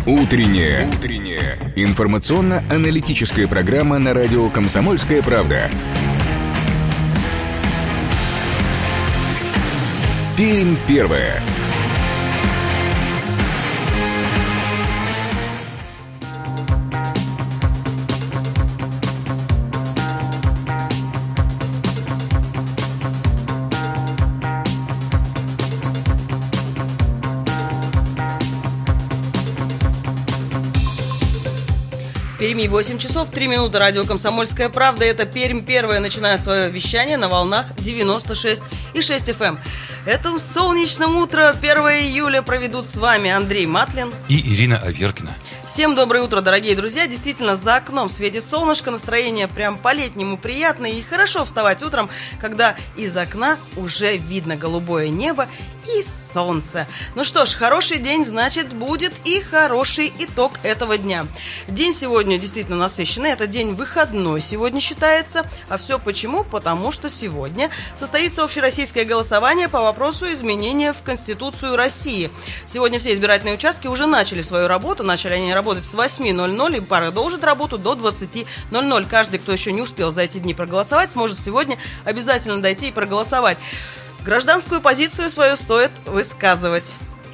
Утренняя информационно-аналитическая программа на радио «Комсомольская правда». Пермь первая. В Перми 8 часов 3 минуты. Радио «Комсомольская правда». Это Пермь первая. Начинает свое вещание на волнах 96,6 FM. Это солнечным утро 1 июля проведут с вами Андрей Матлин и Ирина Аверкина. Всем доброе утро, дорогие друзья. Действительно, за окном светит солнышко, настроение прям по-летнему приятное. И хорошо вставать утром, когда из окна уже видно голубое небо и солнце. Ну что ж, хороший день, значит, будет и хороший итог этого дня. День сегодня действительно насыщенный. Это день выходной сегодня считается. А все почему? Потому что сегодня состоится общероссийское голосование по вопросу изменения в Конституцию России. Сегодня все избирательные участки уже начали свою работу. Начали они работать с 8:00 и продолжат работу до 20:00. Каждый, кто еще не успел за эти дни проголосовать, сможет сегодня обязательно дойти и проголосовать. Гражданскую позицию свою стоит высказывать.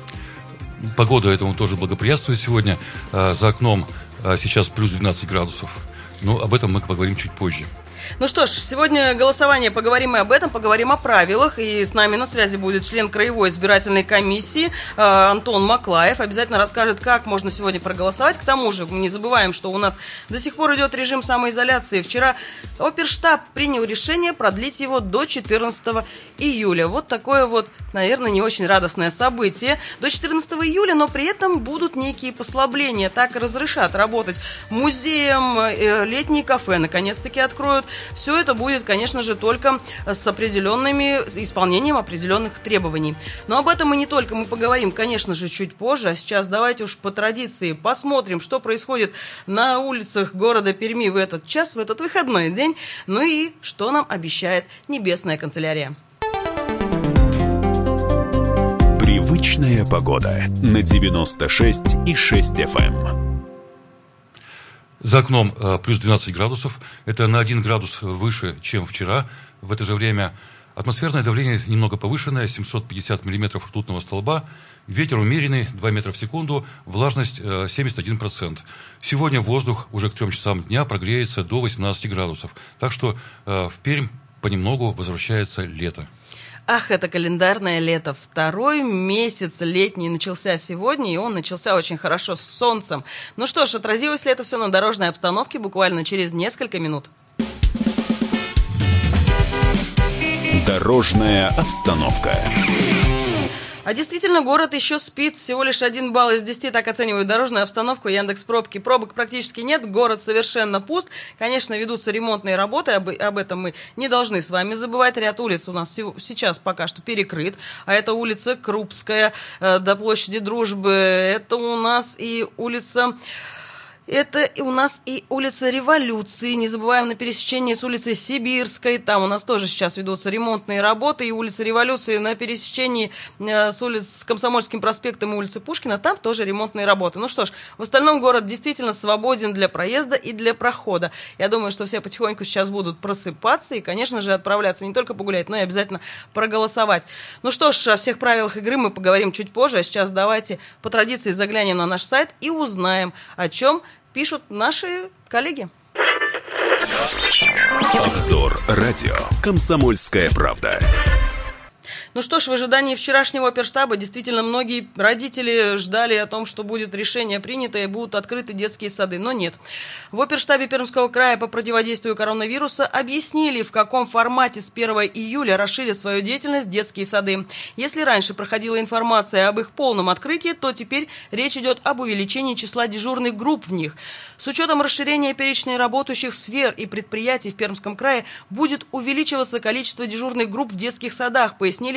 Погода этому тоже благоприятствует сегодня. За окном сейчас плюс 12 градусов. Но об этом мы поговорим чуть позже. Ну что ж, сегодня голосование, поговорим и об этом, поговорим о правилах. И с нами на связи будет член Краевой избирательной комиссии Антон Маклаев. Обязательно расскажет, как можно сегодня проголосовать. К тому же, мы не забываем, что у нас до сих пор идет режим самоизоляции. Вчера оперштаб принял решение продлить его до 14 июля. Вот такое вот, наверное, не очень радостное событие. До 14 июля, но при этом будут некие послабления. Так разрешат работать музеям, летние кафе наконец-таки откроют. Все это будет, конечно же, только с определенными исполнением определенных требований. Но об этом и не только мы поговорим, конечно же, чуть позже. А сейчас давайте уж по традиции посмотрим, что происходит на улицах города Перми в этот час, в этот выходной день. Ну и что нам обещает Небесная канцелярия. Привычная погода на 96,6 FM. За окном плюс 12 градусов. Это на 1 градус выше, чем вчера. В это же время атмосферное давление немного повышенное, 750 миллиметров ртутного столба. Ветер умеренный, 2 метра в секунду. Влажность 71%. Сегодня воздух уже к 3 часам дня прогреется до 18 градусов. Так что в Пермь понемногу возвращается лето. Ах, это календарное лето. Второй месяц летний начался сегодня, и он начался очень хорошо с солнцем. Ну что ж, отразилось ли это все на дорожной обстановке буквально через несколько минут. Дорожная обстановка. А действительно, город еще спит. Всего лишь 1 балл из 10 так оценивают дорожную обстановку Яндекс.Пробки. Пробок практически нет, город совершенно пуст. Конечно, ведутся ремонтные работы, об этом мы не должны с вами забывать. Ряд улиц у нас сейчас пока что перекрыт. А это улица Крупская до площади Дружбы. Это у нас и улица Революции. Не забываем на пересечении с улицей Сибирской. Там у нас тоже сейчас ведутся ремонтные работы. И улица Революции на пересечении с Комсомольским проспектом и улицей Пушкина. Там тоже ремонтные работы. Ну что ж, в остальном город действительно свободен для проезда и для прохода. Я думаю, что все потихоньку сейчас будут просыпаться и, конечно же, отправляться не только погулять, но и обязательно проголосовать. Ну что ж, о всех правилах игры мы поговорим чуть позже. А сейчас давайте по традиции заглянем на наш сайт и узнаем, о чем пишут наши коллеги. Обзор радио «Комсомольская правда». Ну что ж, в ожидании вчерашнего оперштаба действительно многие родители ждали о том, что будет решение принято и будут открыты детские сады, но нет. В оперштабе Пермского края по противодействию коронавируса объяснили, в каком формате с 1 июля расширят свою деятельность детские сады. Если раньше проходила информация об их полном открытии, то теперь речь идет об увеличении числа дежурных групп в них. С учетом расширения перечня работающих сфер и предприятий в Пермском крае будет увеличиваться количество дежурных групп в детских садах, пояснили в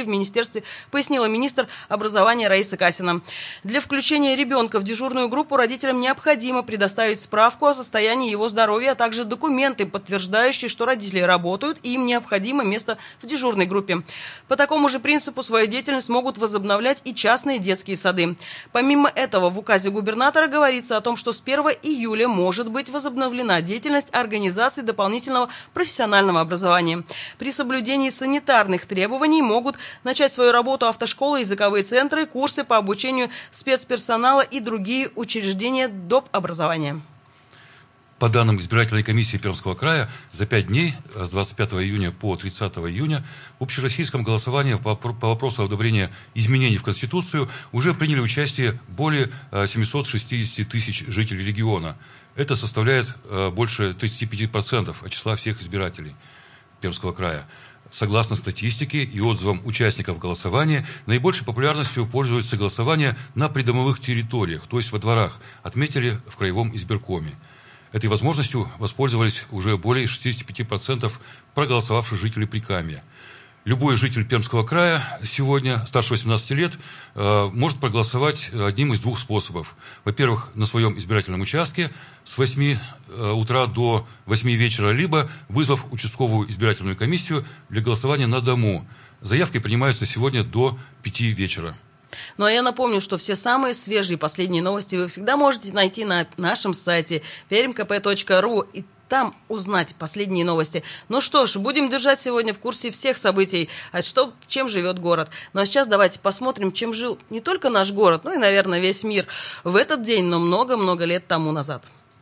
в министерстве, пояснила министр образования Раиса Касина. Для включения ребенка в дежурную группу родителям необходимо предоставить справку о состоянии его здоровья, а также документы, подтверждающие, что родители работают и им необходимо место в дежурной группе. По такому же принципу свою деятельность могут возобновлять и частные детские сады. Помимо этого, в указе губернатора говорится о том, что с 1 июля может быть возобновлена деятельность организаций дополнительного профессионального образования. При соблюдении санитарных требований могут начать свою работу автошколы, языковые центры, курсы по обучению спецперсонала и другие учреждения доп. Образования. По данным избирательной комиссии Пермского края, за 5 дней, с 25 июня по 30 июня, в общероссийском голосовании по вопросу одобрения изменений в Конституцию уже приняли участие более 760 тысяч жителей региона. Это составляет больше 35% от числа всех избирателей Пермского края. Согласно статистике и отзывам участников голосования, наибольшей популярностью пользуется голосование на придомовых территориях, то есть во дворах, отметили в краевом избиркоме. Этой возможностью воспользовались уже более 65% проголосовавших жителей Прикамья. Любой житель Пермского края сегодня, старше 18 лет, может проголосовать одним из двух способов. Во-первых, на своем избирательном участке с 8 утра до 8 вечера, либо вызвав участковую избирательную комиссию для голосования на дому. Заявки принимаются сегодня до 5 вечера. Ну а я напомню, что все самые свежие последние новости вы всегда можете найти на нашем сайте permkp.ru и там узнать последние новости. Ну что ж, будем держать сегодня в курсе всех событий, чем живет город. Ну а сейчас давайте посмотрим, чем жил не только наш город, но и, наверное, весь мир в этот день, но много-много лет тому назад.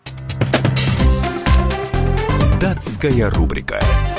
Датская рубрика.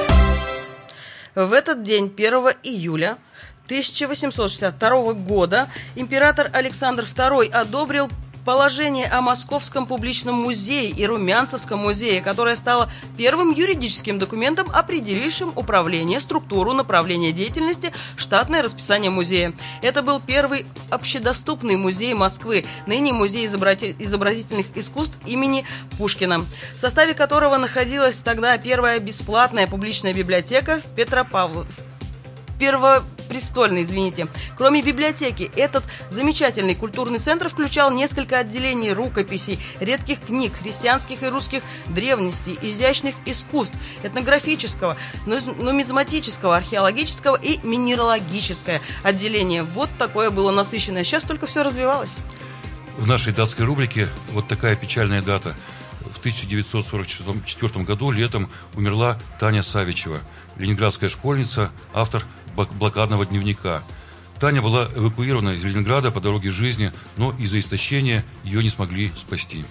В этот день, 1 июля 1862 года, император Александр II одобрил положение о Московском публичном музее и Румянцевском музее, которое стало первым юридическим документом, определившим управление, структуру, направление деятельности, штатное расписание музея. Это был первый общедоступный музей Москвы, ныне музей изобразительных искусств имени Пушкина, в составе которого находилась тогда первая бесплатная публичная библиотека в Первопрестольной, извините. Кроме библиотеки, этот замечательный культурный центр включал несколько отделений рукописей, редких книг, христианских и русских древностей, изящных искусств, этнографического, нумизматического, археологического и минералогическое отделение. Вот такое было насыщенное. Сейчас только все развивалось. В нашей датской рубрике вот такая печальная дата. В 1944 году летом умерла Таня Савичева, ленинградская школьница, автор блокадного дневника. Таня была эвакуирована из Ленинграда по дороге жизни, но из-за истощения ее не смогли спасти.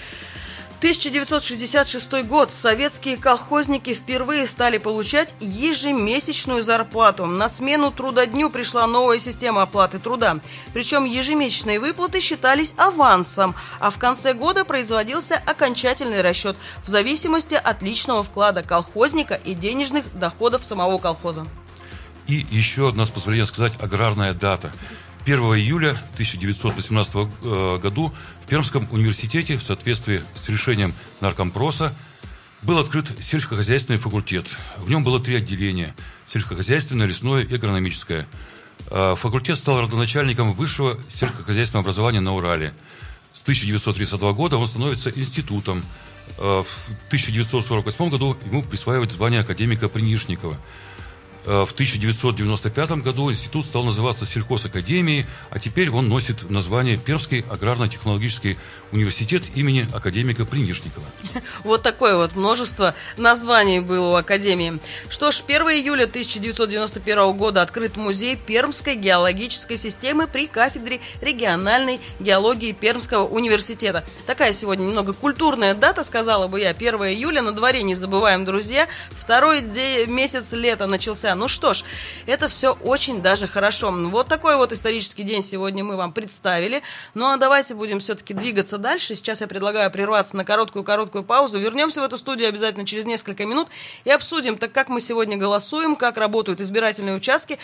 1966 год. Советские колхозники впервые стали получать ежемесячную зарплату. На смену трудодню пришла новая система оплаты труда. Причем ежемесячные выплаты считались авансом, а в конце года производился окончательный расчет в зависимости от личного вклада колхозника и денежных доходов самого колхоза. И еще одна, с позволения сказать, аграрная дата. 1 июля 1918 году в Пермском университете в соответствии с решением Наркомпроса был открыт сельскохозяйственный факультет. В нем было 3 отделения – сельскохозяйственное, лесное и агрономическое. Факультет стал родоначальником высшего сельскохозяйственного образования на Урале. С 1932 года он становится институтом. В 1948 году ему присваивают звание академика Принишникова. В 1995 году институт стал называться сельхозакадемией, а теперь он носит название Пермский аграрно-технологический университет имени академика Принишникова. Вот такое вот множество названий было у академии. Что ж, 1 июля 1991 года открыт музей Пермской геологической системы при кафедре региональной геологии Пермского университета. Такая сегодня немного культурная дата, сказала бы я, 1 июля. На дворе, не забываем, друзья, второй месяц лета начался. Ну что ж, это все очень даже хорошо. Вот такой вот исторический день сегодня мы вам представили. Ну а давайте будем все-таки двигаться дальше. Сейчас я предлагаю прерваться на короткую паузу. Вернемся в эту студию обязательно через несколько минут и обсудим, так как мы сегодня голосуем, как работают избирательные участки.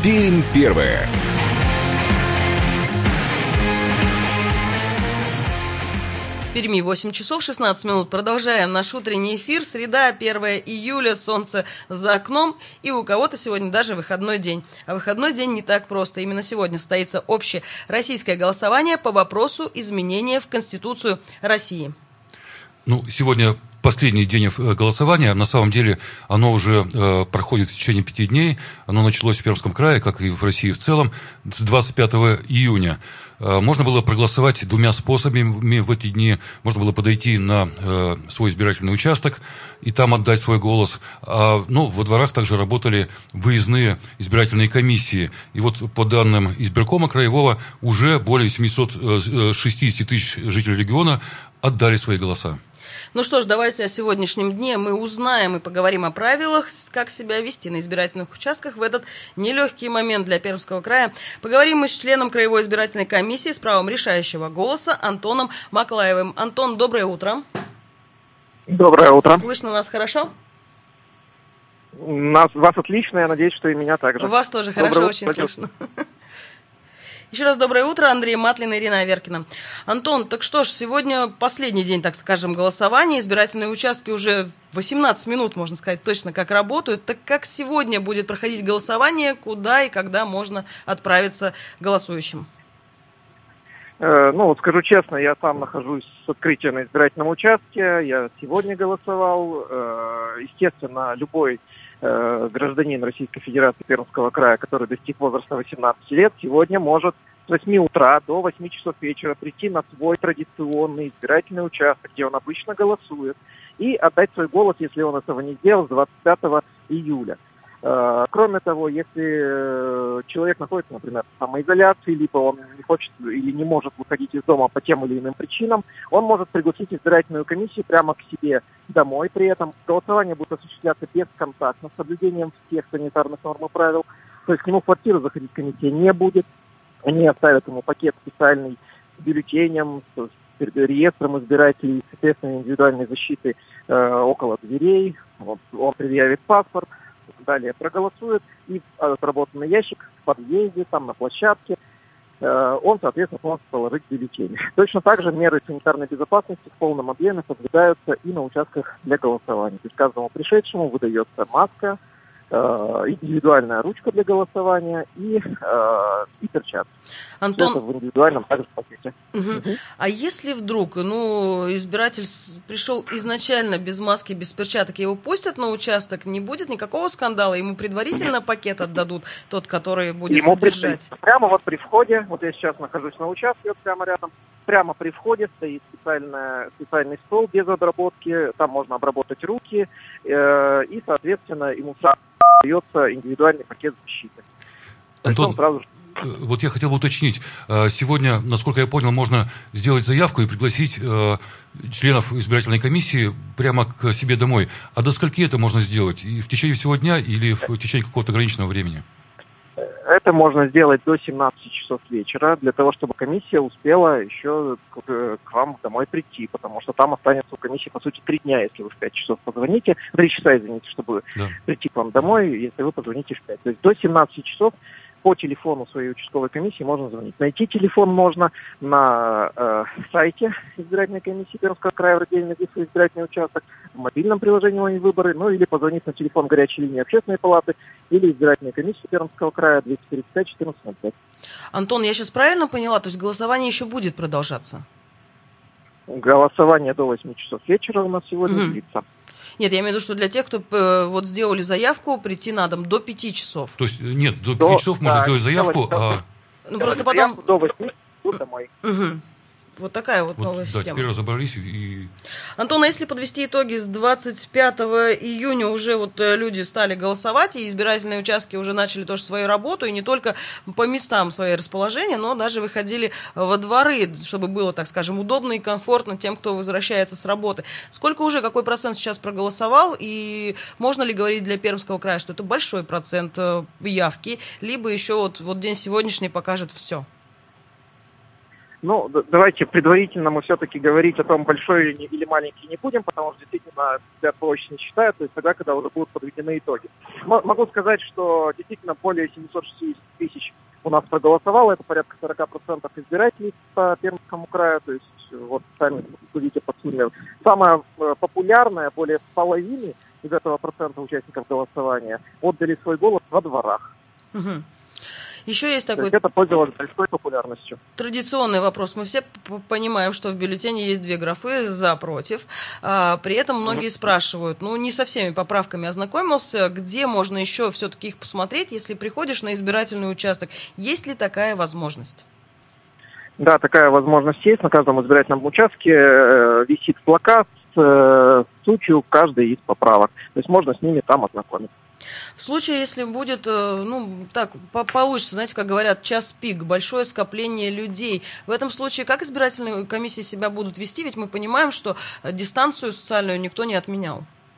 Пермь первая. В Перми 8 часов 16 минут. Продолжаем наш утренний эфир. Среда, 1 июля, солнце за окном. И у кого-то сегодня даже выходной день. А выходной день не так просто. Именно сегодня состоится общероссийское голосование по вопросу изменения в Конституцию России. Сегодня последний день голосования. На самом деле оно уже проходит в течение 5 дней. Оно началось в Пермском крае, как и в России в целом, с 25 июня. Можно было проголосовать двумя способами в эти дни. Можно было подойти на свой избирательный участок и там отдать свой голос. Во дворах также работали выездные избирательные комиссии. И вот по данным избиркома краевого уже более 760 тысяч жителей региона отдали свои голоса. Ну что ж, давайте о сегодняшнем дне мы узнаем и поговорим о правилах, как себя вести на избирательных участках в этот нелегкий момент для Пермского края. Поговорим мы с членом Краевой избирательной комиссии с правом решающего голоса Антоном Маклаевым. Антон, доброе утро. Доброе утро. Слышно нас хорошо? Вас отлично, я надеюсь, что и меня также. Вас тоже хорошо, очень слышно. Еще раз доброе утро, Андрей Матлин и Ирина Аверкина. Антон, так что ж, сегодня последний день, так скажем, голосования. Избирательные участки уже 18 минут, можно сказать, точно как работают. Так как сегодня будет проходить голосование, куда и когда можно отправиться голосующим? Скажу честно, я сам нахожусь с открытия на избирательном участке. Я сегодня голосовал. Естественно, любой гражданин Российской Федерации Пермского края, который достиг возраста 18 лет, сегодня может с 8 утра до 8 часов вечера прийти на свой традиционный избирательный участок, где он обычно голосует, и отдать свой голос, если он этого не сделал, с 25 июля. Кроме того, если человек находится, например, в самоизоляции, либо он не хочет или не может выходить из дома по тем или иным причинам, он может пригласить избирательную комиссию прямо к себе домой. При этом голосование будет осуществляться бесконтактно, с соблюдением всех санитарных норм и правил. То есть к нему в квартиру заходить комиссия не будет. Они оставят ему пакет специальный с бюллетенем, с реестром избирателей, соответственно, индивидуальной защиты около дверей. Он предъявит паспорт. Далее проголосует, и отработанный ящик в подъезде, там на площадке, он, соответственно, сможет положить бюллетень. Точно так же меры санитарной безопасности в полном объеме соблюдаются и на участках для голосования. То есть каждому пришедшему выдается маска, индивидуальная ручка для голосования и перчатки. Антон, все это в индивидуальном также пакете. Угу. А если вдруг, избиратель пришел изначально без маски, без перчаток, его пустят на участок, не будет никакого скандала, ему предварительно пакет отдадут, тот, который будет содержать? Прямо вот при входе, вот я сейчас нахожусь на участке, вот прямо рядом, прямо при входе стоит специальный стол без обработки, там можно обработать руки, и, соответственно, ему сразу дается индивидуальный пакет защиты. Антон, вот я хотел бы уточнить. Сегодня, насколько я понял, можно сделать заявку и пригласить членов избирательной комиссии прямо к себе домой. А до скольки это можно сделать? И в течение всего дня или в течение какого-то ограниченного времени? Это можно сделать до 17 часов вечера, для того, чтобы комиссия успела еще к вам домой прийти, потому что там останется у комиссии, по сути, 3 дня, если вы в 5 часов позвоните, 3 часа, извините, чтобы прийти к вам домой, если вы позвоните в 5. То есть до 17 часов по телефону своей участковой комиссии можно звонить. Найти телефон можно на сайте избирательной комиссии Пермского края в разделе «Найди свой избирательный участок», в мобильном приложении «Мои выборы», или позвонить на телефон горячей линии общественной палаты или избирательной комиссии Пермского края 235 1405. Антон, я сейчас правильно поняла? То есть голосование еще будет продолжаться? Голосование до 8 часов вечера у нас сегодня длится. Нет, я имею в виду, что для тех, кто сделали заявку, прийти на дом до 5 часов. То есть, нет, до 5 часов можно сделать заявку, просто потом... До 8 домой. Угу. Вот такая вот новая система. Теперь разобрались. Антон, а если подвести итоги, с 25 июня уже люди стали голосовать, и избирательные участки уже начали тоже свою работу, и не только по местам своей расположения, но даже выходили во дворы, чтобы было, так скажем, удобно и комфортно тем, кто возвращается с работы. Какой процент сейчас проголосовал, и можно ли говорить для Пермского края, что это большой процент явки, либо еще день сегодняшний покажет все? Ну, давайте предварительно мы все-таки говорить о том, большой или маленький не будем, потому что действительно по очереди считают, то есть тогда, когда уже будут подведены итоги. Могу сказать, что действительно более 760 тысяч у нас проголосовало, это порядка 40% избирателей по Пермскому краю, то есть вот сами судите по сумме. Самое популярное, более половины из этого процента участников голосования отдали свой голос во дворах. Угу. Еще есть такой это пользовалось большой популярностью. Традиционный вопрос. Мы все понимаем, что в бюллетене есть две графы «за», «против». При этом многие спрашивают, не со всеми поправками ознакомился, где можно еще все-таки их посмотреть, если приходишь на избирательный участок. Есть ли такая возможность? Да, такая возможность есть. На каждом избирательном участке висит плакат с сутью каждой из поправок. То есть можно с ними там ознакомиться. В случае, если будет, получится, знаете, как говорят, час пик, большое скопление людей, в этом случае как избирательные комиссии себя будут вести? Ведь мы понимаем, что дистанцию социальную никто не отменял.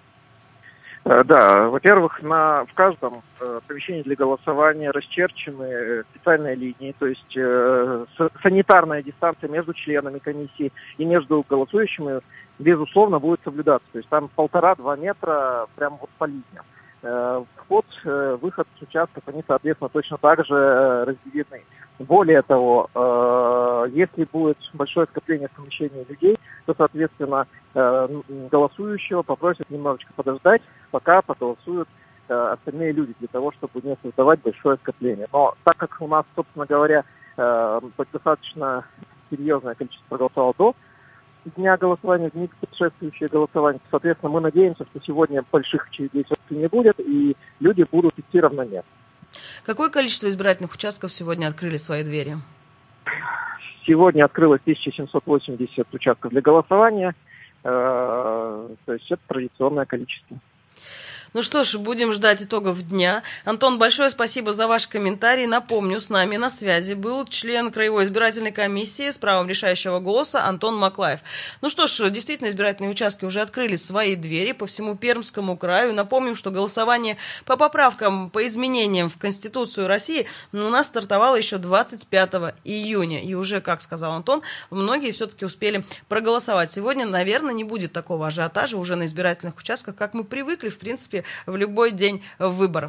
Да, во-первых, в каждом помещении для голосования расчерчены специальные линии, то есть санитарная дистанция между членами комиссии и между голосующими, безусловно, будет соблюдаться. То есть там 1,5-2 метра прямо вот по линиям. Вход, выход с участков, они, соответственно, точно так же разделены. Более того, если будет большое скопление в помещении людей, то, соответственно, голосующего попросят немножечко подождать, пока проголосуют остальные люди, для того, чтобы не создавать большое скопление. Но так как у нас, собственно говоря, достаточно серьезное количество проголосовало до дня голосования, дни предшествующие голосованию, соответственно, мы надеемся, что сегодня больших очередей все-таки не будет, и люди будут идти равномерно. Какое количество избирательных участков сегодня открыли свои двери? Сегодня открылось 1780 участков для голосования, то есть это традиционное количество. Ну что ж, будем ждать итогов дня. Антон, большое спасибо за ваш комментарий. Напомню, с нами на связи был член Краевой избирательной комиссии с правом решающего голоса Антон Маклаев. Ну что ж, действительно, избирательные участки уже открыли свои двери по всему Пермскому краю. Напомним, что голосование по поправкам, по изменениям в Конституцию России у нас стартовало еще 25 июня. И уже, как сказал Антон, многие все-таки успели проголосовать. Сегодня, наверное, не будет такого ажиотажа уже на избирательных участках, как мы привыкли, в принципе, в любой день выборов.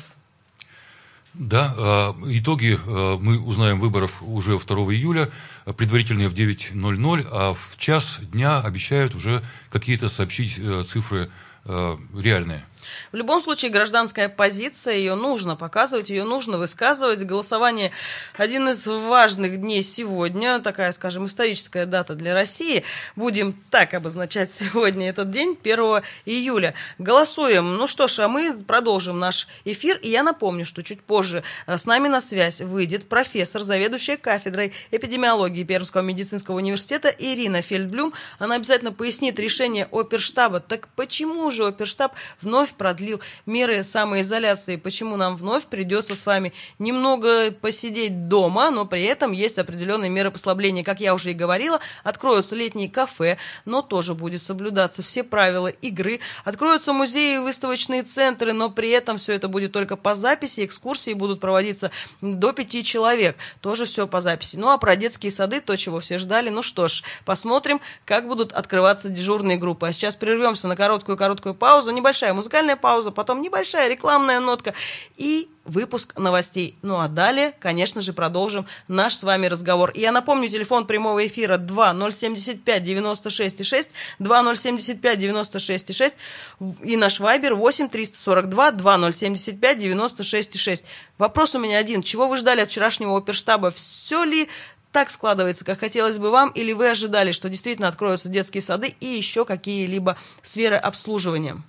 Да, итоги мы узнаем выборов уже 2 июля, предварительные в 9:00, а в час дня обещают уже какие-то сообщить цифры реальные. В любом случае, гражданская позиция, ее нужно показывать, ее нужно высказывать. Голосование – один из важных дней сегодня, такая, скажем, историческая дата для России. Будем так обозначать сегодня этот день, 1 июля. Голосуем. Ну что ж, а мы продолжим наш эфир. И я напомню, что чуть позже с нами на связь выйдет профессор, заведующая кафедрой эпидемиологии Пермского медицинского университета Ирина Фельдблюм. Она обязательно пояснит решение Оперштаба. Так почему же Оперштаб вновь продлил меры самоизоляции, почему нам вновь придется с вами немного посидеть дома, но при этом есть определенные меры послабления. Как я уже и говорила, откроются летние кафе, но тоже будет соблюдаться все правила игры. Откроются музеи и выставочные центры, но при этом все это будет только по записи, экскурсии будут проводиться до 5 человек. Тоже все по записи. Ну а про детские сады, то, чего все ждали, ну что ж, посмотрим, как будут открываться дежурные группы. А сейчас прервемся на короткую паузу, небольшая музыкальная пауза, потом небольшая рекламная нотка и выпуск новостей. Ну а далее, конечно же, продолжим наш с вами разговор. И я напомню, телефон прямого эфира 2075-96-6, 2075-96-6 и наш вайбер 8-342-2075-96-6. Вопрос у меня один. Чего вы ждали от вчерашнего Оперштаба? Все ли так складывается, как хотелось бы вам, или вы ожидали, что действительно откроются детские сады и еще какие-либо сферы обслуживания?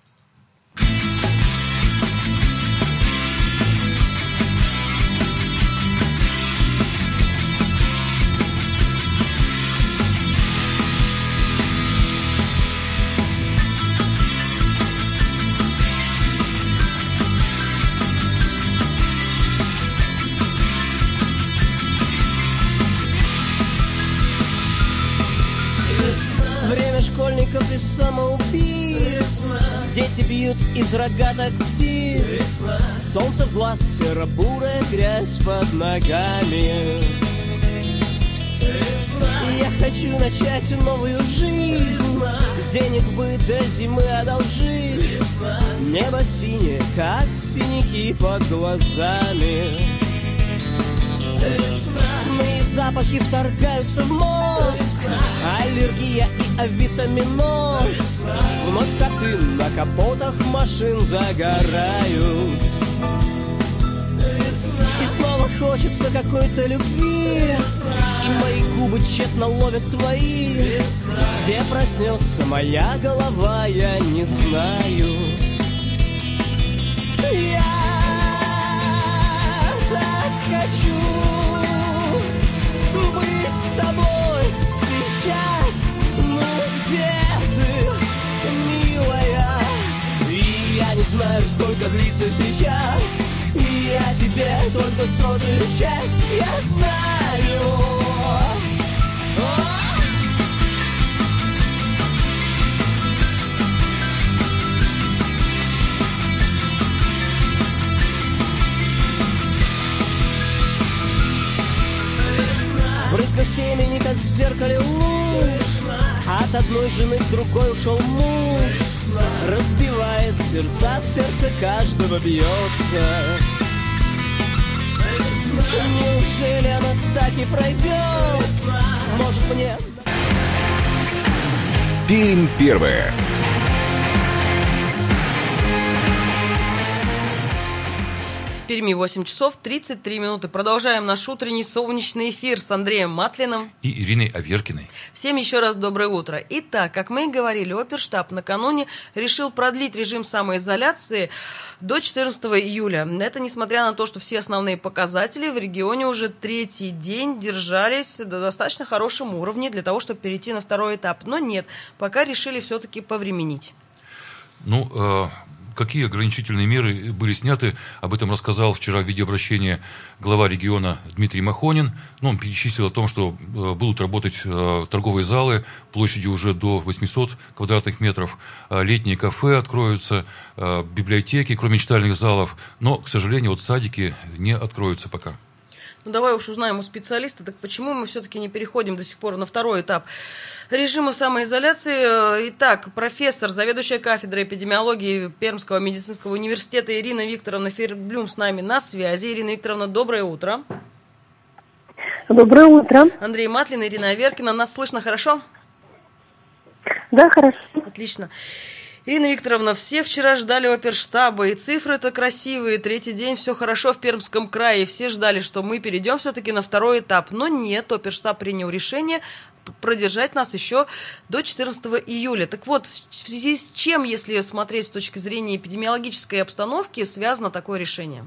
Время школьников и самоубийц. Дети бьют из рогаток птиц. Солнце в глаз, серо-бурая грязь под ногами. Я хочу начать новую жизнь, денег бы до зимы одолжить. Небо синее, как синяки под глазами. Сны и запахи вторгаются в мозг, аллергия и авитаминоз. Вновь коты на капотах машин загорают. И снова хочется какой-то любви, и мои губы тщетно ловят твои. Где проснется моя голова, я не знаю. Я так хочу быть с тобой сейчас. Ну где ты, милая? И я не знаю, сколько длится сейчас. И я тебе только сотую часть, я знаю. В брызгах семени, как в зеркале луж, от одной жены к другой ушел муж. Разбивает сердца, в сердце каждого бьется. Неужели она так и пройдет? Может мне... Пермь первая. В Перми 8 часов 33 минуты. Продолжаем наш утренний солнечный эфир с Андреем Матлиным и Ириной Аверкиной. Всем еще раз доброе утро. Итак, как мы и говорили, оперштаб накануне решил продлить режим самоизоляции до 14 июля. Это несмотря на то, что все основные показатели в регионе уже третий день держались на достаточно хорошем уровне для того, чтобы перейти на второй этап. Но нет, пока решили все-таки повременить. Какие ограничительные меры были сняты, об этом рассказал вчера в видеообращении глава региона Дмитрий Махонин. Он перечислил о том, что будут работать торговые залы площадью уже до 800 квадратных метров, летние кафе откроются, библиотеки, кроме читальных залов, но, к сожалению, садики не откроются пока. Давай уж узнаем у специалиста, так почему мы все-таки не переходим до сих пор на второй этап режима самоизоляции. Итак, профессор, заведующая кафедрой эпидемиологии Пермского медицинского университета Ирина Викторовна Фейерблюм с нами на связи. Ирина Викторовна, доброе утро. Доброе утро. Андрей Матлин, Ирина Аверкина. Нас слышно хорошо? Да, хорошо. Отлично. Ирина Викторовна, все вчера ждали оперштаба, и цифры-то красивые, третий день, все хорошо в Пермском крае, все ждали, что мы перейдем все-таки на второй этап, но нет, оперштаб принял решение продержать нас еще до 14 июля. Так вот, в связи с чем, если смотреть с точки зрения эпидемиологической обстановки, связано такое решение?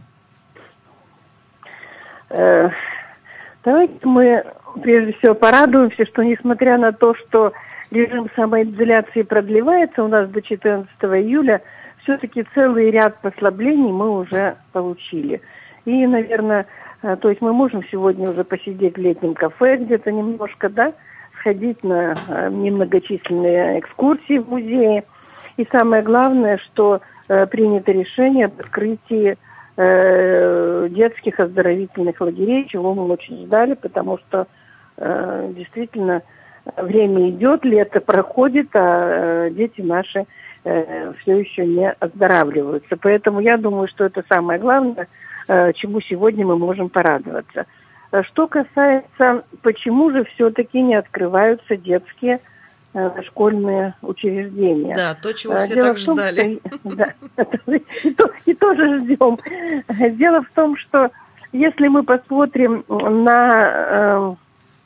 Давайте мы прежде всего порадуемся, что несмотря на то, что режим самоизоляции продлевается у нас до 14 июля, все-таки целый ряд послаблений мы уже получили. И, наверное, то есть мы можем сегодня уже посидеть в летнем кафе где-то немножко, да, сходить на немногочисленные экскурсии в музее. И самое главное, что принято решение об открытии детских оздоровительных лагерей, чего мы очень ждали, потому что действительно время идет, лето проходит, а дети наши все еще не оздоравливаются. Поэтому я думаю, что это самое главное, чему сегодня мы можем порадоваться. Что касается, почему же все-таки не открываются детские школьные учреждения. Да, то, чего все так ждали. И тоже ждем. Дело в том, что если мы посмотрим на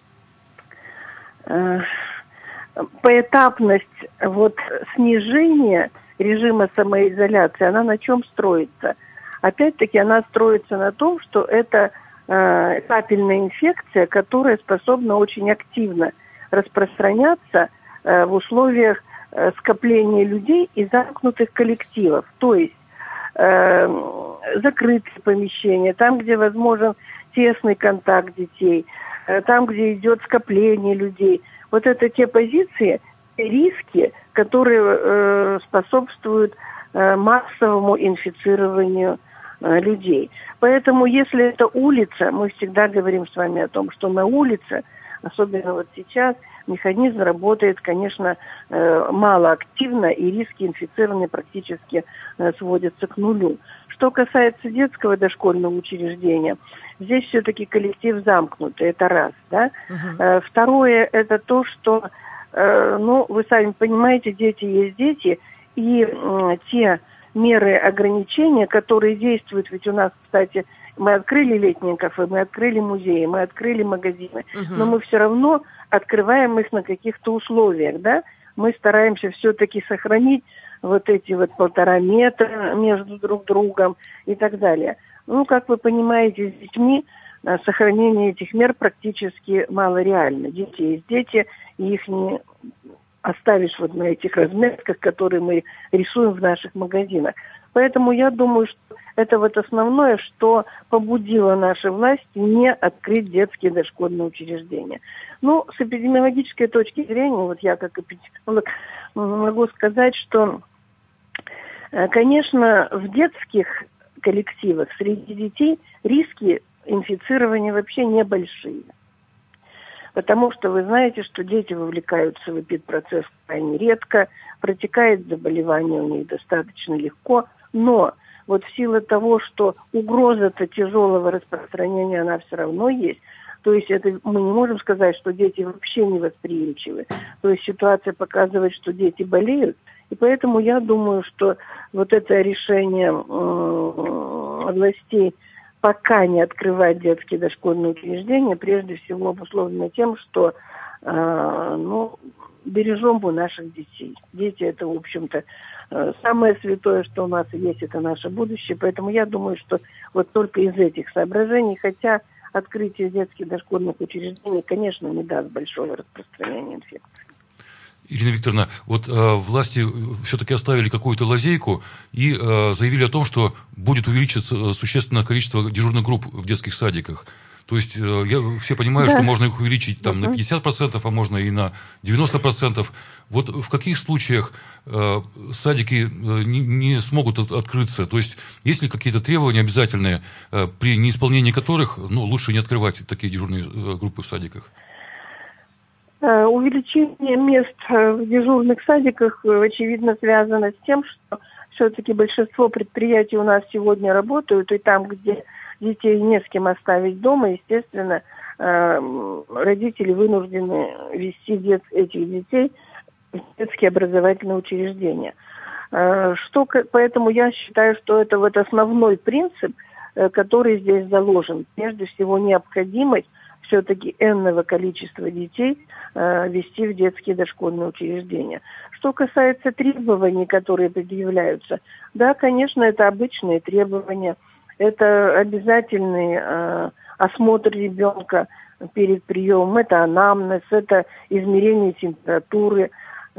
поэтапность снижения режима самоизоляции, она на чем строится? Опять-таки она строится на том, что это капельная инфекция, которая способна очень активно распространяться в условиях скопления людей и замкнутых коллективов. То есть закрытые помещения, там, где возможен тесный контакт детей, там, где идет скопление людей. Вот это те позиции, риски, которые способствуют массовому инфицированию людей. Поэтому, если это улица, мы всегда говорим с вами о том, что на улице особенно вот сейчас, механизм работает, конечно, малоактивно, и риски инфицирования практически сводятся к нулю. Что касается детского дошкольного учреждения, здесь все-таки коллектив замкнутый, это раз, да. Второе, это то, что, вы сами понимаете, дети есть дети, и те меры ограничения, которые действуют, ведь у нас, кстати, мы открыли летние кафе, мы открыли музеи, мы открыли магазины, но мы все равно открываем их на каких-то условиях, да. Мы стараемся все-таки сохранить вот эти вот 1,5 метра между друг другом и так далее. Как вы понимаете, с детьми сохранение этих мер практически малореально. Дети есть дети, и их не оставишь вот на этих разметках, которые мы рисуем в наших магазинах. Поэтому я думаю, что это вот основное, что побудило наши власти не открыть детские дошкольные учреждения. С эпидемиологической точки зрения, вот я как эпидемиолог могу сказать, что, конечно, в детских коллективах среди детей риски инфицирования вообще небольшие. Потому что вы знаете, что дети вовлекаются в эпидпроцесс крайне редко, протекает заболевание у них достаточно легко, но вот в силу того, что угроза-то тяжелого распространения, она все равно есть, то есть это мы не можем сказать, что дети вообще не восприимчивы. То есть ситуация показывает, что дети болеют, и поэтому я думаю, что вот это решение властей пока не открывать детские дошкольные учреждения, прежде всего обусловлено тем, что бережем мы наших детей. Дети — это, в общем-то, самое святое, что у нас есть, это наше будущее. Поэтому я думаю, что вот только из этих соображений, хотя открытие детских дошкольных учреждений, конечно, не даст большого распространения инфекции. Ирина Викторовна, вот власти все-таки оставили какую-то лазейку и заявили о том, что будет увеличиться существенное количество дежурных групп в детских садиках. То есть все понимают, что можно их увеличить на 50%, а можно и на 90%. Вот в каких случаях садики не смогут открыться? То есть есть ли какие-то требования обязательные, при неисполнении которых лучше не открывать такие дежурные группы в садиках? Увеличение мест в дежурных садиках, очевидно, связано с тем, что все-таки большинство предприятий у нас сегодня работают, и там, где детей не с кем оставить дома, естественно, родители вынуждены вести этих детей в детские образовательные учреждения. Поэтому я считаю, что это вот основной принцип, который здесь заложен. Прежде всего, необходимость все-таки энного количества детей вести в детские дошкольные учреждения. Что касается требований, которые предъявляются, да, конечно, это обычные требования. Это обязательный осмотр ребенка перед приемом, это анамнез, это измерение температуры,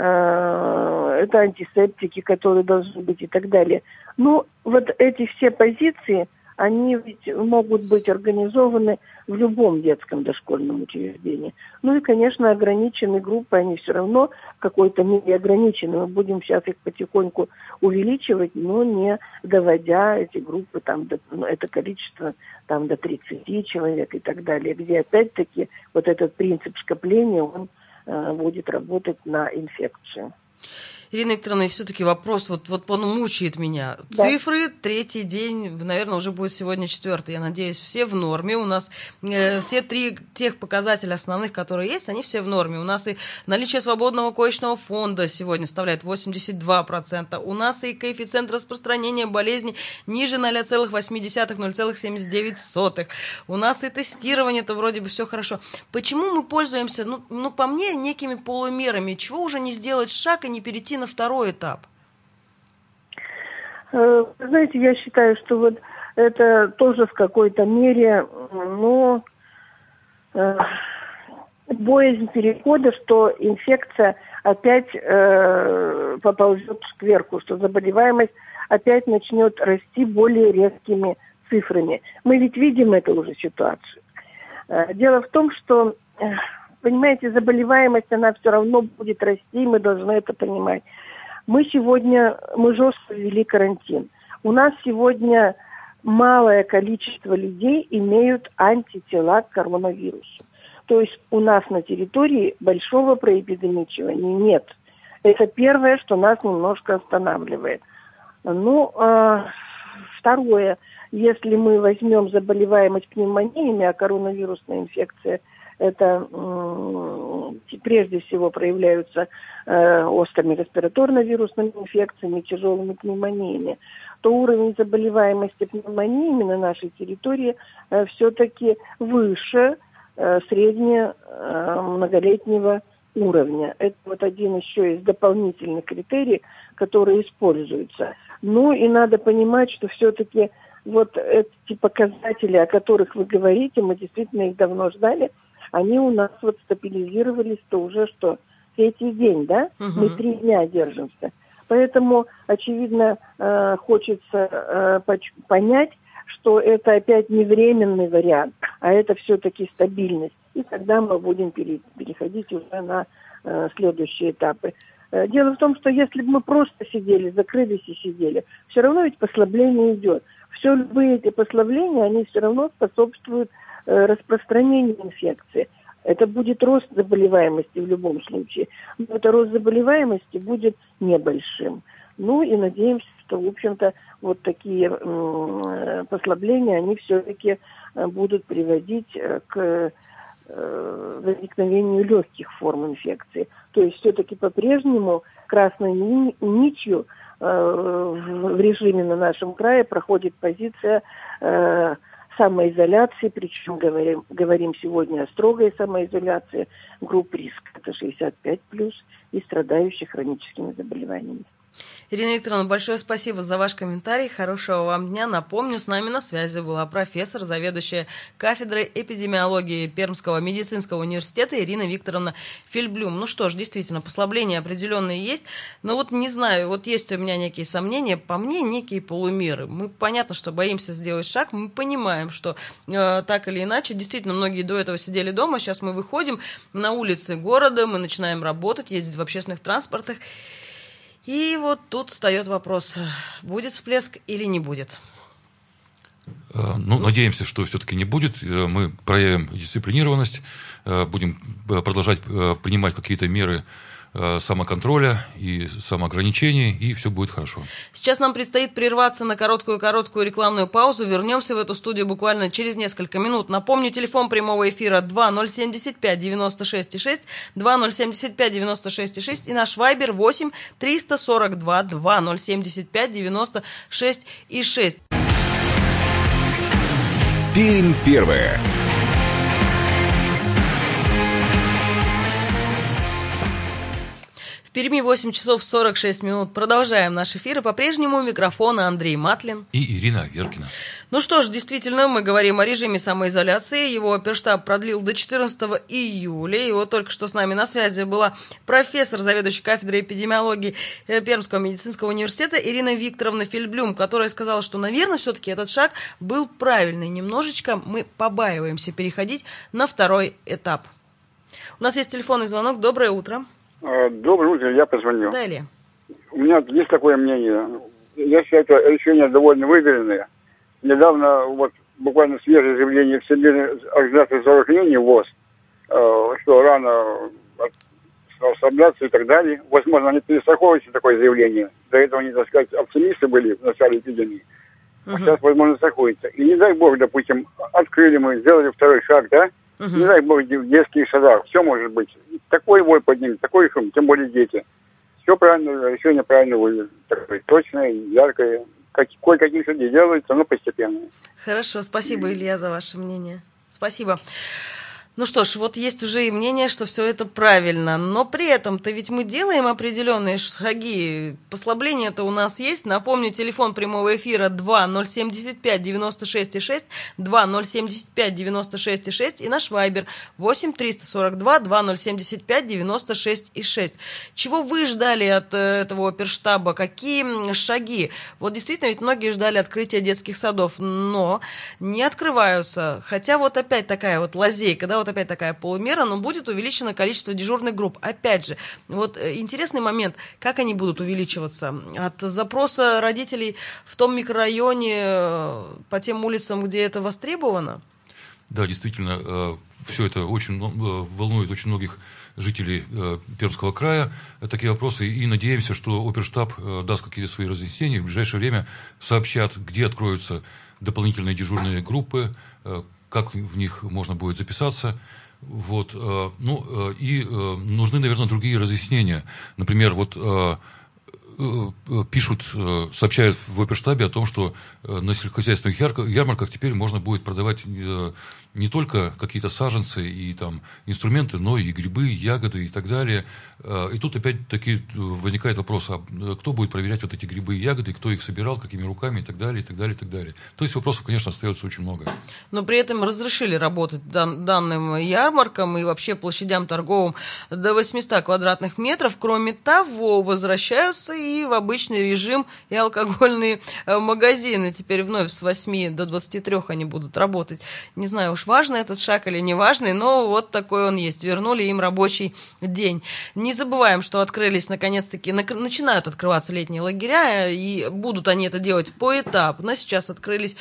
это антисептики, которые должны быть и так далее. Вот эти все позиции, они ведь могут быть организованы в любом детском дошкольном учреждении. И, конечно, ограниченные группы, они все равно в какой-то мере ограничены. Мы будем сейчас их потихоньку увеличивать, но не доводя эти группы, это количество до 30 человек и так далее, где опять-таки вот этот принцип скопления, он будет работать на инфекцию. Ирина Викторовна, и все-таки вопрос, он мучает меня. Да. Цифры, 3-й день, наверное, уже будет сегодня 4-й. Я надеюсь, все в норме. У нас все 3 тех показателя основных, которые есть, они все в норме. У нас и наличие свободного коечного фонда сегодня составляет 82%. У нас и коэффициент распространения болезни ниже 0,8, 0,79. У нас и тестирование-то вроде бы все хорошо. Почему мы пользуемся, по мне, некими полумерами? Чего уже не сделать шаг и не перейти на второй этап? Знаете, я считаю, что вот это тоже в какой-то мере, боязнь перехода, что инфекция опять поползет кверху, что заболеваемость опять начнет расти более резкими цифрами. Мы ведь видим эту уже ситуацию. Дело в том, что понимаете, заболеваемость, она все равно будет расти, мы должны это понимать. Мы жестко ввели карантин. У нас сегодня малое количество людей имеют антитела к коронавирусу. То есть у нас на территории большого проэпидемичивания нет. Это первое, что нас немножко останавливает. Ну, второе, если мы возьмем заболеваемость пневмониями, а коронавирусная инфекция, это прежде всего проявляются острыми респираторно-вирусными инфекциями, тяжелыми пневмониями, то уровень заболеваемости пневмониями на нашей территории все-таки выше среднего многолетнего уровня. Это вот один еще из дополнительных критериев, которые используются. Ну и надо понимать, что все-таки вот эти показатели, о которых вы говорите, мы действительно их давно ждали, они у нас вот стабилизировались-то уже что? Третий день, да? Мы 3 дня держимся. Поэтому, очевидно, хочется понять, что это опять не временный вариант, а это все-таки стабильность. И тогда мы будем переходить уже на следующие этапы. Дело в том, что если бы мы просто сидели, закрылись и сидели, все равно ведь послабление идет. Все любые эти послабления, они все равно способствуют распространению инфекции. Это будет рост заболеваемости в любом случае. Но это рост заболеваемости будет небольшим. Ну и надеемся, что, в общем-то, вот такие послабления, они все-таки будут приводить к возникновению легких форм инфекции. То есть все-таки по-прежнему красной нитью в режиме на нашем крае проходит позиция самоизоляции, причем говорим сегодня о строгой самоизоляции групп риска, это 65+, и страдающих хроническими заболеваниями. Ирина Викторовна, большое спасибо за ваш комментарий. Хорошего вам дня. Напомню, с нами на связи была профессор, заведующая кафедрой эпидемиологии Пермского медицинского университета Ирина Викторовна Фельдблюм. Ну что ж, действительно, послабления определенные есть. Но вот не знаю, вот есть у меня некие сомнения. По мне, некие полумеры. Мы, понятно, что боимся сделать шаг. Мы понимаем, что так или иначе, действительно, многие до этого сидели дома. Сейчас мы выходим на улицы города, мы начинаем работать, ездить в общественных транспортах. И вот тут встает вопрос, будет всплеск или не будет? Ну, надеемся, что все-таки не будет. Мы проявим дисциплинированность, будем продолжать принимать какие-то меры самоконтроля и самоограничений, и все будет хорошо. Сейчас нам предстоит прерваться на короткую рекламную паузу. Вернемся в эту студию буквально через несколько минут. Напомню, телефон прямого эфира 2075-96-6, 2075-96-6 и наш вайбер 8-342-2075-96-6. Пермь первая. В Перми 8 часов 46 минут. Продолжаем наш эфир. И по-прежнему у микрофона Андрей Матлин. И Ирина Веркина. Ну что ж, действительно, мы говорим о режиме самоизоляции. Его оперштаб продлил до 14 июля. И вот только что с нами на связи была профессор, заведующий кафедрой эпидемиологии Пермского медицинского университета Ирина Викторовна Фельдблюм, которая сказала, что, наверное, все-таки этот шаг был правильный. Немножечко мы побаиваемся переходить на второй этап. У нас есть телефонный звонок. Доброе утро. Доброе утро, я позвонил. Да, Илья. У меня есть такое мнение. Я считаю, это решение довольно выверенное. Недавно, вот буквально свежее заявление Всемирной организации здравоохранения ВОЗ, что рано расслабляться и так далее. Возможно, они перестраховываются такое заявление. До этого они, так сказать, оптимисты были в начале эпидемии. А сейчас, возможно, страхуются. И не дай бог, допустим, открыли мы, сделали второй шаг, да? Не дай бог, в детских садах. Все может быть. Такой вой поднимет, такой шум, тем более дети. Все правильно, решение правильно выглядит. Такое точное, яркое. Кое-какие шаги делаются, но постепенно. Хорошо, спасибо, Илья, за ваше мнение. Спасибо. Ну что ж, вот есть уже и мнение, что все это правильно, но при этом-то ведь мы делаем определенные шаги. Послабление-то у нас есть. Напомню, телефон прямого эфира 2075-96-6, 2075-96-6 и наш вайбер 8-342-2075-96-6. Чего вы ждали от этого оперштаба? Какие шаги? Вот действительно, ведь многие ждали открытия детских садов, но не открываются. Хотя вот опять такая вот лазейка, да, вот опять такая полумера, но будет увеличено количество дежурных групп. Опять же, вот интересный момент, как они будут увеличиваться? От запроса родителей в том микрорайоне, по тем улицам, где это востребовано? Да, действительно, все это очень волнует очень многих жителей Пермского края, такие вопросы, и надеемся, что оперштаб даст какие-то свои разъяснения, в ближайшее время сообщат, где откроются дополнительные дежурные группы, как в них можно будет записаться. Вот, и нужны, наверное, другие разъяснения. Например, пишут, сообщают в оперштабе о том, что на сельскохозяйственных ярмарках теперь можно будет продавать не только какие-то саженцы и там инструменты, но и грибы, ягоды и так далее. И тут опять-таки возникает вопрос, а кто будет проверять вот эти грибы и ягоды, кто их собирал, какими руками и так далее, и так далее, и так далее. То есть вопросов, конечно, остается очень много. Но при этом разрешили работать данным ярмаркам и вообще площадям торговым до 800 квадратных метров. Кроме того, возвращаются и в обычный режим и алкогольные магазины. Теперь вновь с 8 до 23 они будут работать. Не знаю уж, важный этот шаг или не важный, но вот такой он есть. Вернули им рабочий день. Не забываем, что открылись, наконец-таки, начинают открываться летние лагеря, и будут они это делать поэтапно. Сейчас открылись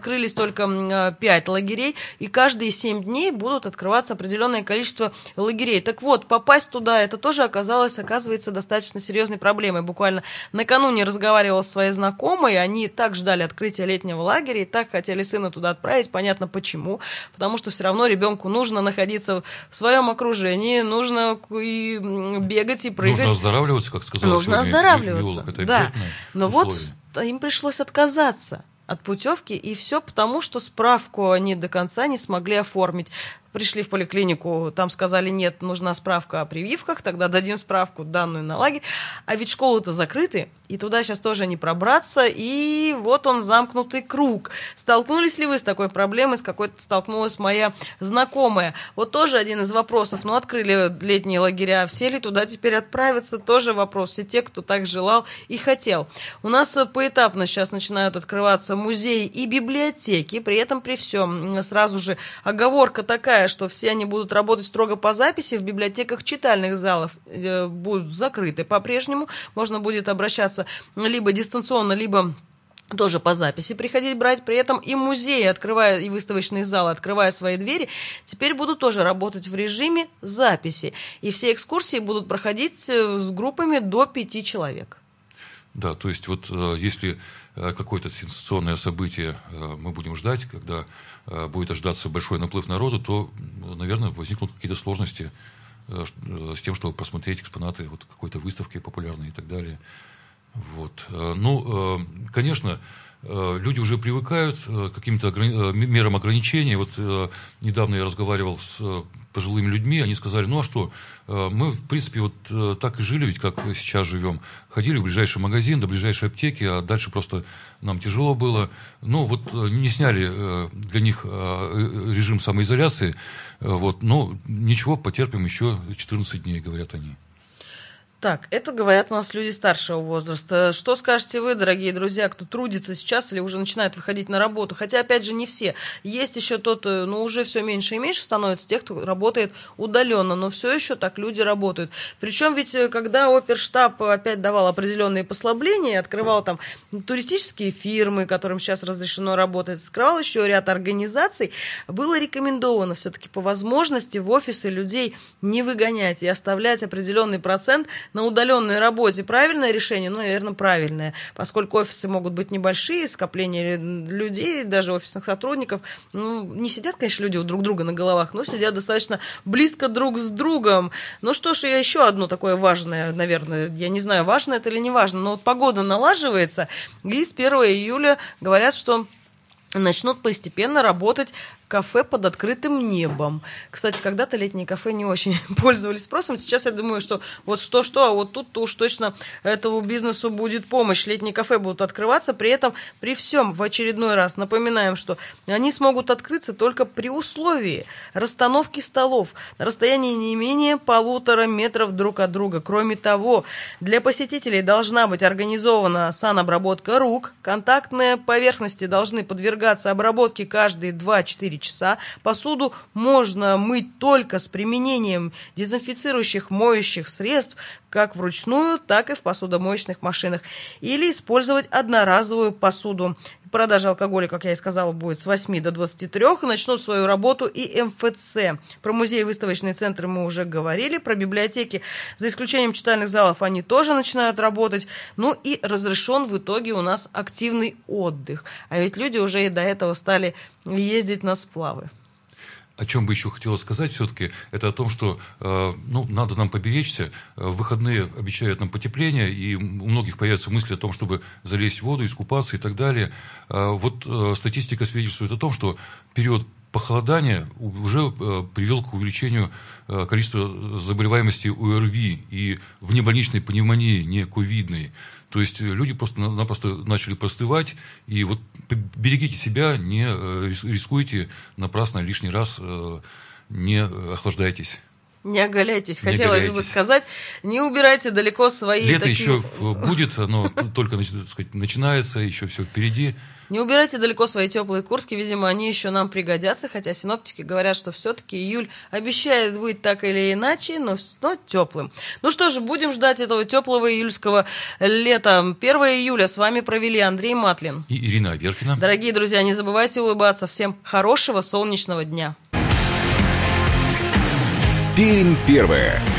только 5 лагерей, и каждые 7 дней будут открываться определенное количество лагерей. Так вот, попасть туда, это тоже оказывается достаточно серьезной проблемой. Буквально накануне разговаривала с своей знакомой, они так ждали открытия летнего лагеря, и так хотели сына туда отправить, понятно почему, потому что все равно ребенку нужно находиться в своем окружении, нужно и бегать, и прыгать. Нужно оздоравливаться, как сказала Нужно оздоравливаться, да. Но вот им пришлось отказаться от путевки, и все потому, что справку они до конца не смогли оформить. Пришли в поликлинику, там сказали, нет, нужна справка о прививках, тогда дадим справку данную на лагерь. А ведь школы-то закрыты, и туда сейчас тоже не пробраться, и вот он замкнутый круг. Столкнулись ли вы с такой проблемой, с какой-то столкнулась моя знакомая? Вот тоже один из вопросов. Ну, открыли летние лагеря, все ли туда теперь отправятся? Тоже вопрос. Все те, кто так желал и хотел. У нас поэтапно сейчас начинают открываться музеи и библиотеки, при этом при всем сразу же оговорка такая, что все они будут работать строго по записи, в библиотеках читальных залов будут закрыты по-прежнему, можно будет обращаться либо дистанционно, либо тоже по записи приходить брать. При этом и музеи, открывая, и выставочные залы, открывая свои двери, теперь будут тоже работать в режиме записи. И все экскурсии будут проходить с группами до 5 человек. Да, то есть вот если какое-то сенсационное событие мы будем ждать, когда будет ожидаться большой наплыв народу, то, наверное, возникнут какие-то сложности с тем, чтобы просмотреть экспонаты вот какой-то выставки популярной и так далее. Вот. Ну, конечно, люди уже привыкают к каким-то мерам ограничений. Вот недавно я разговаривал с пожилыми людьми, они сказали, ну а что, мы, в принципе, вот так и жили, ведь как сейчас живем. Ходили в ближайший магазин, до ближайшей аптеки, а дальше просто нам тяжело было. Ну, вот не сняли для них режим самоизоляции, вот, но ничего, потерпим еще 14 дней, говорят они. Так, это говорят у нас люди старшего возраста. Что скажете вы, дорогие друзья, кто трудится сейчас или уже начинает выходить на работу? Хотя, опять же, не все. Есть еще тот, ну, уже все меньше и меньше становится тех, кто работает удаленно, но все еще так люди работают. Причем ведь, когда оперштаб опять давал определенные послабления, открывал там туристические фирмы, которым сейчас разрешено работать, открывал еще ряд организаций, было рекомендовано все-таки по возможности в офисы людей не выгонять и оставлять определенный процент на удаленной работе. Правильное решение? Ну, наверное, правильное, поскольку офисы могут быть небольшие, скопление людей, даже офисных сотрудников. Ну, не сидят, конечно, люди у друг друга на головах, но сидят достаточно близко друг с другом. Ну что ж, еще одно такое важное, наверное, я не знаю, важно это или не важно, но вот погода налаживается, и с 1 июля говорят, что начнут постепенно работать кафе под открытым небом. Кстати, когда-то летние кафе не очень пользовались спросом. Сейчас я думаю, что вот что-что, а вот тут-то уж точно этому бизнесу будет помощь. Летние кафе будут открываться. При этом, при всем, в очередной раз напоминаем, что они смогут открыться только при условии расстановки столов на расстоянии не менее 1,5 метров друг от друга. Кроме того, для посетителей должна быть организована санобработка рук. Контактные поверхности должны подвергаться обработке каждые 2-4 часа. Посуду можно мыть только с применением дезинфицирующих моющих средств, как вручную, так и в посудомоечных машинах. Или использовать одноразовую посуду. Продажа алкоголя, как я и сказала, будет с 8 до 23. Начнут свою работу и МФЦ. Про музеи и выставочные центры мы уже говорили. Про библиотеки, за исключением читальных залов, они тоже начинают работать. Ну и разрешен в итоге у нас активный отдых. А ведь люди уже и до этого стали ездить на сплавы. О чем бы еще хотелось сказать все-таки, это о том, что надо нам поберечься. В выходные обещают нам потепление, и у многих появятся мысли о том, чтобы залезть в воду, искупаться и так далее. Статистика свидетельствует о том, что период похолодания уже привел к увеличению количества заболеваемости ОРВИ и внебольничной пневмонии, не ковидной. То есть люди просто-напросто начали простывать, и вот берегите себя, не рискуйте напрасно лишний раз, не охлаждайтесь. Не оголяйтесь, хотелось бы сказать. Не убирайте далеко свои... Лето еще будет, оно только, начинается, еще все впереди. Не убирайте далеко свои теплые куртки, видимо, они еще нам пригодятся, хотя синоптики говорят, что все-таки июль обещает быть так или иначе, но теплым. Ну что же, будем ждать этого теплого июльского лета. 1 июля с вами провели Андрей Матлин и Ирина Аверкина. Дорогие друзья, не забывайте улыбаться. Всем хорошего солнечного дня. Пермь первая.